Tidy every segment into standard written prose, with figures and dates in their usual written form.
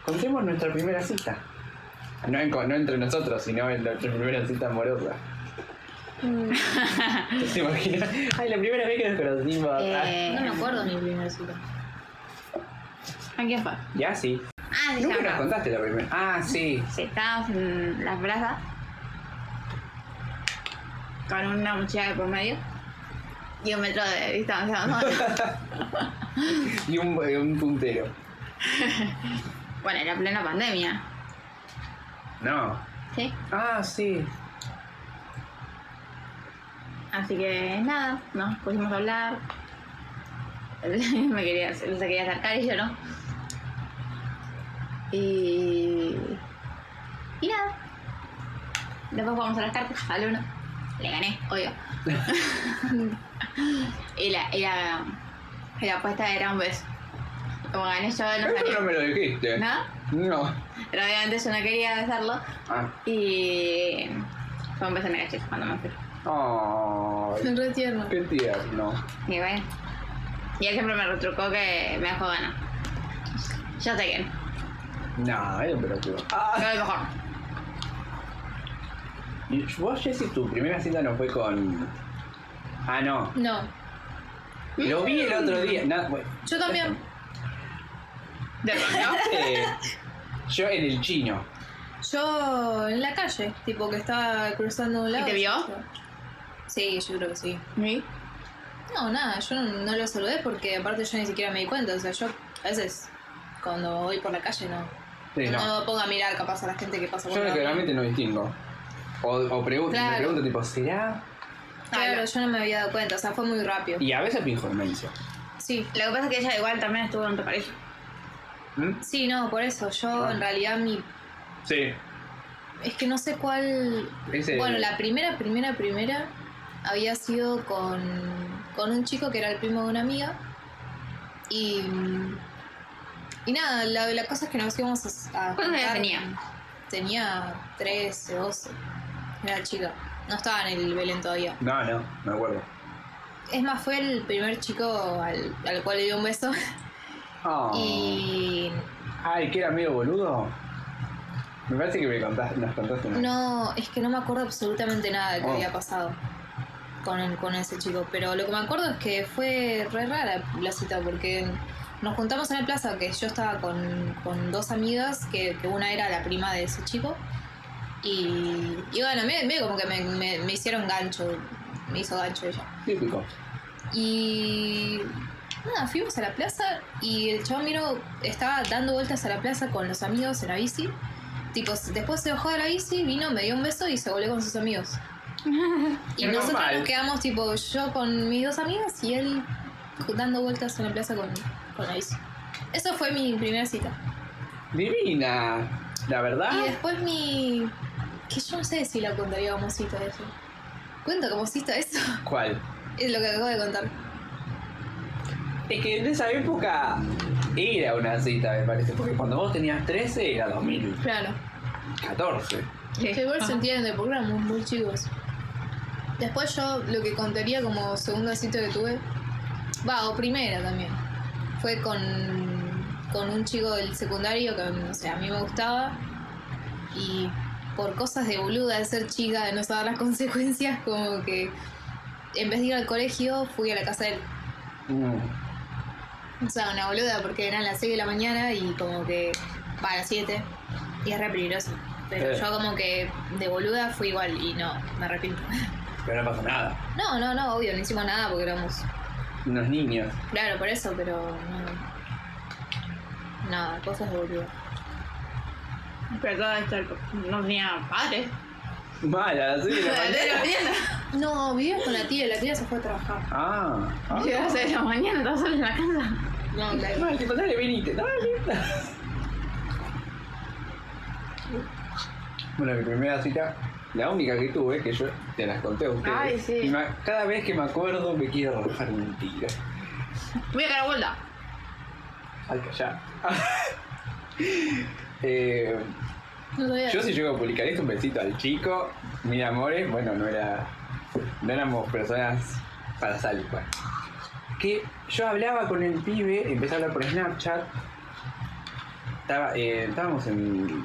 Contemos nuestra primera cita. No entre nosotros, sino en nuestra primera cita amorosa. ¿Te imaginas? Ay, la primera vez que nos conocimos. No me acuerdo mi primera cita. ¿A quién fue? Ya sí. Ah, sí, Nunca nos cabrón. contaste la primera. Ah, sí. Sí, estábamos en la plaza con una mochila de por medio y 1 metro de distancia. ¿No? Y un puntero. Bueno, era plena pandemia. No. Sí. Ah, sí. Así que nada, nos pusimos a hablar. Él se quería acercar y yo no. Y nada. Después jugamos a las cartas al 1. Le gané, obvio. y la apuesta era un beso. Como gané yo, no Eso salió. no me lo dijiste. ¿No? No. Pero obviamente yo no quería besarlo. Ah. Y fue un beso en el cachete cuando me fui. Oh, Es re tierno. qué tierno. Y bueno. Y él siempre me retrucó que me dejó ganar. Yo sé que no. No, era un pelotudo. Pero lo mejor. ¿Y vos, Jessy, tu primera cita no fue con...? Ah, no. No. Lo vi el otro día. No, bueno. Yo también. ¿De pronto? Yo en el chino. Yo en la calle, tipo que estaba cruzando un lado. te vio? Sí, yo creo que sí. ¿Sí? No, nada, yo no lo saludé porque aparte yo ni siquiera me di cuenta. O sea, yo a veces cuando voy por la calle Sí, no no. me pongo a mirar capaz a la gente que pasa por Yo la calle. generalmente no distingo. O pregunto, Claro. me pregunto tipo, ¿será? Claro, yo no me había dado cuenta, o sea, fue muy rápido. Y a veces finjo demencia. Sí, Lo que pasa es que ella igual también estuvo en tu pareja. ¿Mm? sí, no, por eso. Yo en realidad Sí. es que no sé cuál. Ese- Bueno, la primera había sido con un chico que era el primo de una amiga. Y nada, la cosa es que nos íbamos a ¿Cuántos años juntar. tenía? Tenía 13, 12. Era chica. No estaba en el Belén todavía. No, me acuerdo. Es más, fue el primer chico al cual le dio un beso. Oh. Y Ay, que era medio boludo. Me parece que nos contaste una. no, es que no me acuerdo absolutamente nada de qué Oh. había pasado con ese chico. Pero lo que me acuerdo es que fue re rara la cita porque nos juntamos en la plaza, que yo estaba con 2 amigas, que una era la prima de ese chico. Y bueno, medio como que me hicieron gancho, me hizo gancho ella. Típico. Y nada, fuimos a la plaza y el chabón estaba dando vueltas a la plaza con los amigos en la bici. Tipo, después se bajó de la bici, vino, me dio un beso y se volvió con sus amigos. Y Es nosotros normal. nos quedamos tipo yo con mis 2 amigas y él dando vueltas en la plaza con la bici. Eso fue mi primera cita. Divina. La verdad. Y después que yo no sé si la contaría como cita eso. ¿Cuenta como cita eso? ¿Cuál? Es lo que acabo de contar. Es que en esa época era una cita, me parece. Porque cuando vos tenías 13 era 2014. Claro. Que igual se entiende, porque éramos muy chicos. Después yo lo que contaría como segunda cita que tuve, o primera también, fue con un chico del secundario que, no sé, a mí me gustaba y por cosas de boluda de ser chica, de no saber las consecuencias, como que en vez de ir al colegio fui a la casa de él. O sea, una boluda porque eran las 6 de la mañana y como que a las 7 y es re peligroso. Pero Sí. yo como que de boluda fui igual y no, me arrepiento. Pero no pasa nada. No, obvio, no hicimos nada porque éramos... Unos niños. Claro, por eso, pero no... Nada, cosas de boluda. Pero todo esto no tenía padres. Mala, sí. No, vivía con la tía se fue a trabajar. Ah. Llegó a las 6 de la mañana, estaba sola en la casa. No, la... Mal, tipo, dale, venite, dale. Bueno, mi primera cita, la única que tuve, que yo te las conté a ustedes. Ay, sí. Y cada vez que me acuerdo me quiero rajar un tiro. Voy a dar vuelta. Ay, callá. No sabía. Yo si llego a publicar esto, un besito al chico. Mira, amores, bueno, no éramos personas para salir, bueno. Que yo hablaba con el pibe, empecé a hablar por Snapchat. estábamos en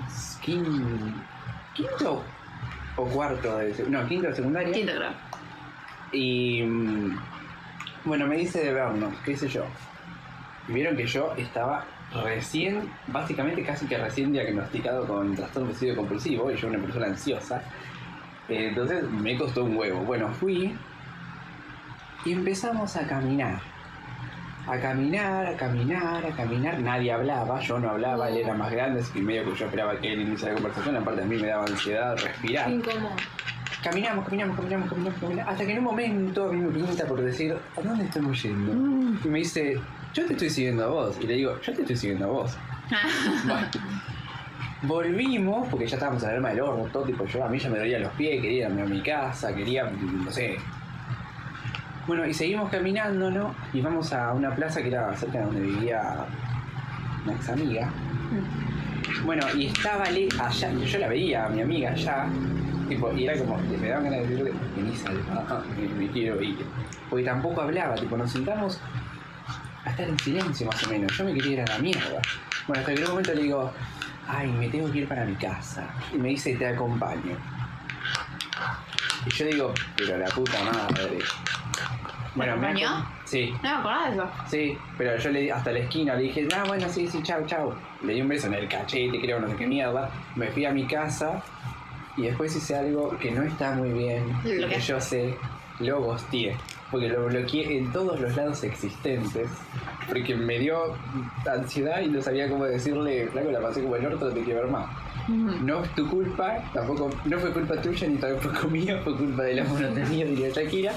quinto o cuarto quinto de secundaria. Quinto, creo. Y bueno, me dice de vernos, qué sé yo. Y vieron que yo estaba básicamente casi que recién diagnosticado con trastorno obsesivo compulsivo, y yo una persona ansiosa. Entonces me costó un huevo. Bueno, fui y empezamos a caminar. A caminar. Nadie hablaba, yo no hablaba, él era más grande, así que medio que yo esperaba que él iniciara la conversación. Aparte a mí me daba ansiedad respirar. Incómodo. Caminamos, hasta que en un momento a mí me pregunta por decir, ¿a dónde estamos yendo? Y me dice, yo te estoy siguiendo a vos. Y le digo, yo te estoy siguiendo a vos. Bueno, volvimos, porque ya estábamos en el alma del horno, todo tipo, a mí ya me dolían los pies, quería irme a mi casa, quería, no sé. Bueno, y seguimos caminando, ¿no? Y vamos a una plaza que era cerca de donde vivía una ex amiga. Bueno, y estaba allá, yo la veía a mi amiga allá, tipo, y era como, me daban ganas de decirle, vení, Salva, me quiero ir. Porque tampoco hablaba, tipo, nos sentamos a estar en silencio más o menos. Yo me quería ir a la mierda. Bueno, hasta que en un momento le digo, ay, me tengo que ir para mi casa. Y me dice, te acompaño. Y yo digo, pero la puta madre. Bueno, ¿me acompañó? Sí. No me acordaba de eso. Sí, pero yo hasta la esquina le dije, bueno, sí, chau. Le di un beso en el cachete, creo, no sé qué mierda. Me fui a mi casa y después hice algo que no está muy bien. Que yo sé, lo ghosteé. Porque lo bloqueé en todos los lados existentes. Porque me dio ansiedad y no sabía cómo decirle, flaco, la pasé como el orto, te quiero ver más. No es tu culpa, tampoco, no fue culpa tuya ni tampoco mía, fue culpa de la monotonía, diría Shakira.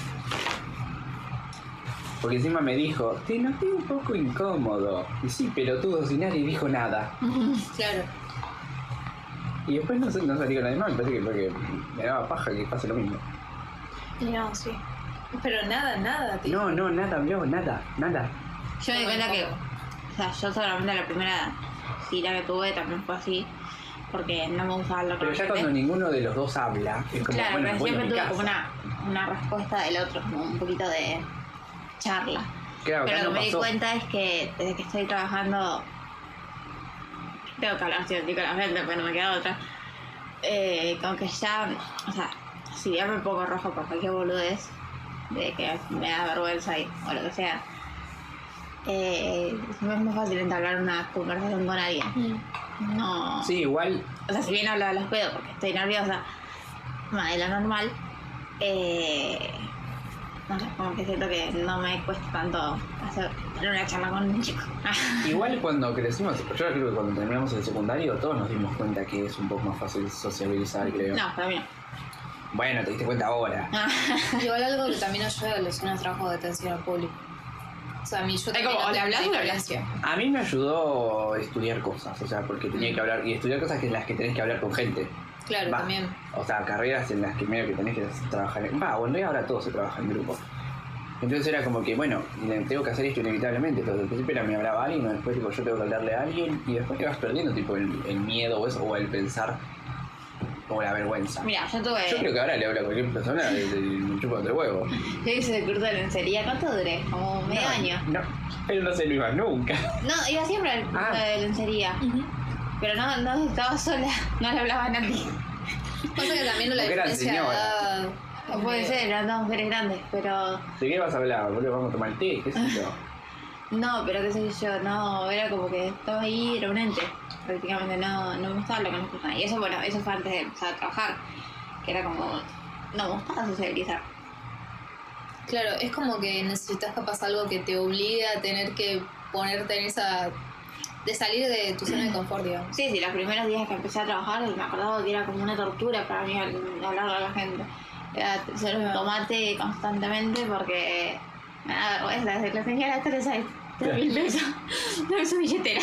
Porque encima me dijo, te noté un poco incómodo. Y sí, pelotudo, y nadie dijo nada. Claro. Y después no salí con nadie más, me parece que porque me daba paja que pase lo mismo. No, sí. Pero nada, tío. No, nada. Yo me di cuenta que, o sea, yo solamente la primera cita que tuve también fue así, porque no me gustaba hablar con Pero ya cuando ninguno de los dos habla, es como, claro, bueno, pero voy a siempre mi tuve casa. como una respuesta del otro, como un poquito de charla. Claro, pero acá lo no que me di pasó. cuenta es que desde que estoy trabajando, tengo que hablar así con la gente, pero no me queda otra. Como que ya, o sea, si ya me pongo rojo por cualquier boludez, de que me da vergüenza o lo que sea, es muy fácil entablar una conversación con alguien. No. Sí, igual. O sea, si bien hablo de los pedos porque estoy nerviosa, más de lo normal, no sé, como que siento que no me cuesta tanto tener una charla con un chico. Igual cuando crecimos, yo creo que cuando terminamos el secundario todos nos dimos cuenta que es un poco más fácil sociabilizar, creo. No, para mí no. Bueno, te diste cuenta ahora. Igual algo que también ayuda a los trabajos de atención al público. O sea, a mí yo también como, noté ¿le hablas mucha o diferencia. A mí me ayudó estudiar cosas, o sea, porque tenía que hablar, y estudiar cosas que en las que tenés que hablar con gente. Claro, Va, también. O sea, carreras en las que medio que tenés que trabajar en... bueno, ahora todo se trabaja en grupo. Entonces era como que, bueno, tengo que hacer esto inevitablemente. Entonces al principio era me hablaba alguien, o después tipo, yo tengo que hablarle a alguien, y después te vas perdiendo tipo el miedo o eso, o el pensar, o la vergüenza. Mira, yo creo que ahora le hablo a cualquier persona y me chupa otro huevo. Yo hice el curso de lencería, ¿cuánto duré? Como medio año. No, pero no se lo iba nunca. No, iba siempre al curso de lencería. Pero no estaba sola, no le hablaba a nadie. Pasa que también la Porque era diferencia de señora. edad. No puede ser, eran dos mujeres grandes, pero... ¿De qué vas a hablar? Boludo, vamos a tomar té, qué sé yo. No, pero qué sé yo, no, era como que estaba ahí, era un ente. Prácticamente no me gustaba lo que nos gustaba. Y eso, bueno, eso fue antes de empezar a trabajar, que era como, no me gustaba socializar. Claro, es como que necesitas capaz algo que te obligue a tener que ponerte en esa... de salir de tu zona de confort, digamos. Sí, los primeros días que empecé a trabajar me acordaba que era como una tortura para mí hablarle a la gente. Era ser un tomate constantemente porque me da vergüenza decirle, la señora, esto le sale 3.000 pesos, dame su billetera.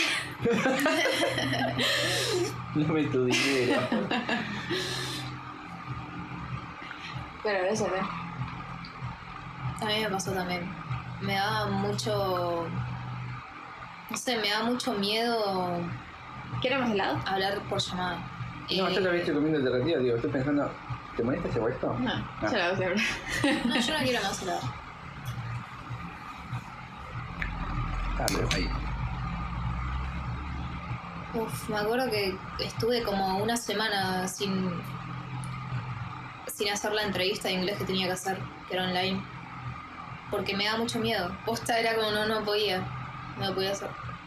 Dame tu dinero. Pero eso, ¿no? A mí me pasó también. Me daba mucho... no sé, me da mucho miedo ¿Queremos helado? hablar por llamada. No, yo todavía estoy comiendo alternativa, digo, estoy pensando, ¿te molesta ese hueso? No, yo lo hago siempre. No, yo no quiero más helado. Ah, pero ahí. Me acuerdo que estuve como una semana sin hacer la entrevista de inglés que tenía que hacer, que era online. Porque me daba mucho miedo. Posta era como no podía. No lo podía hacer.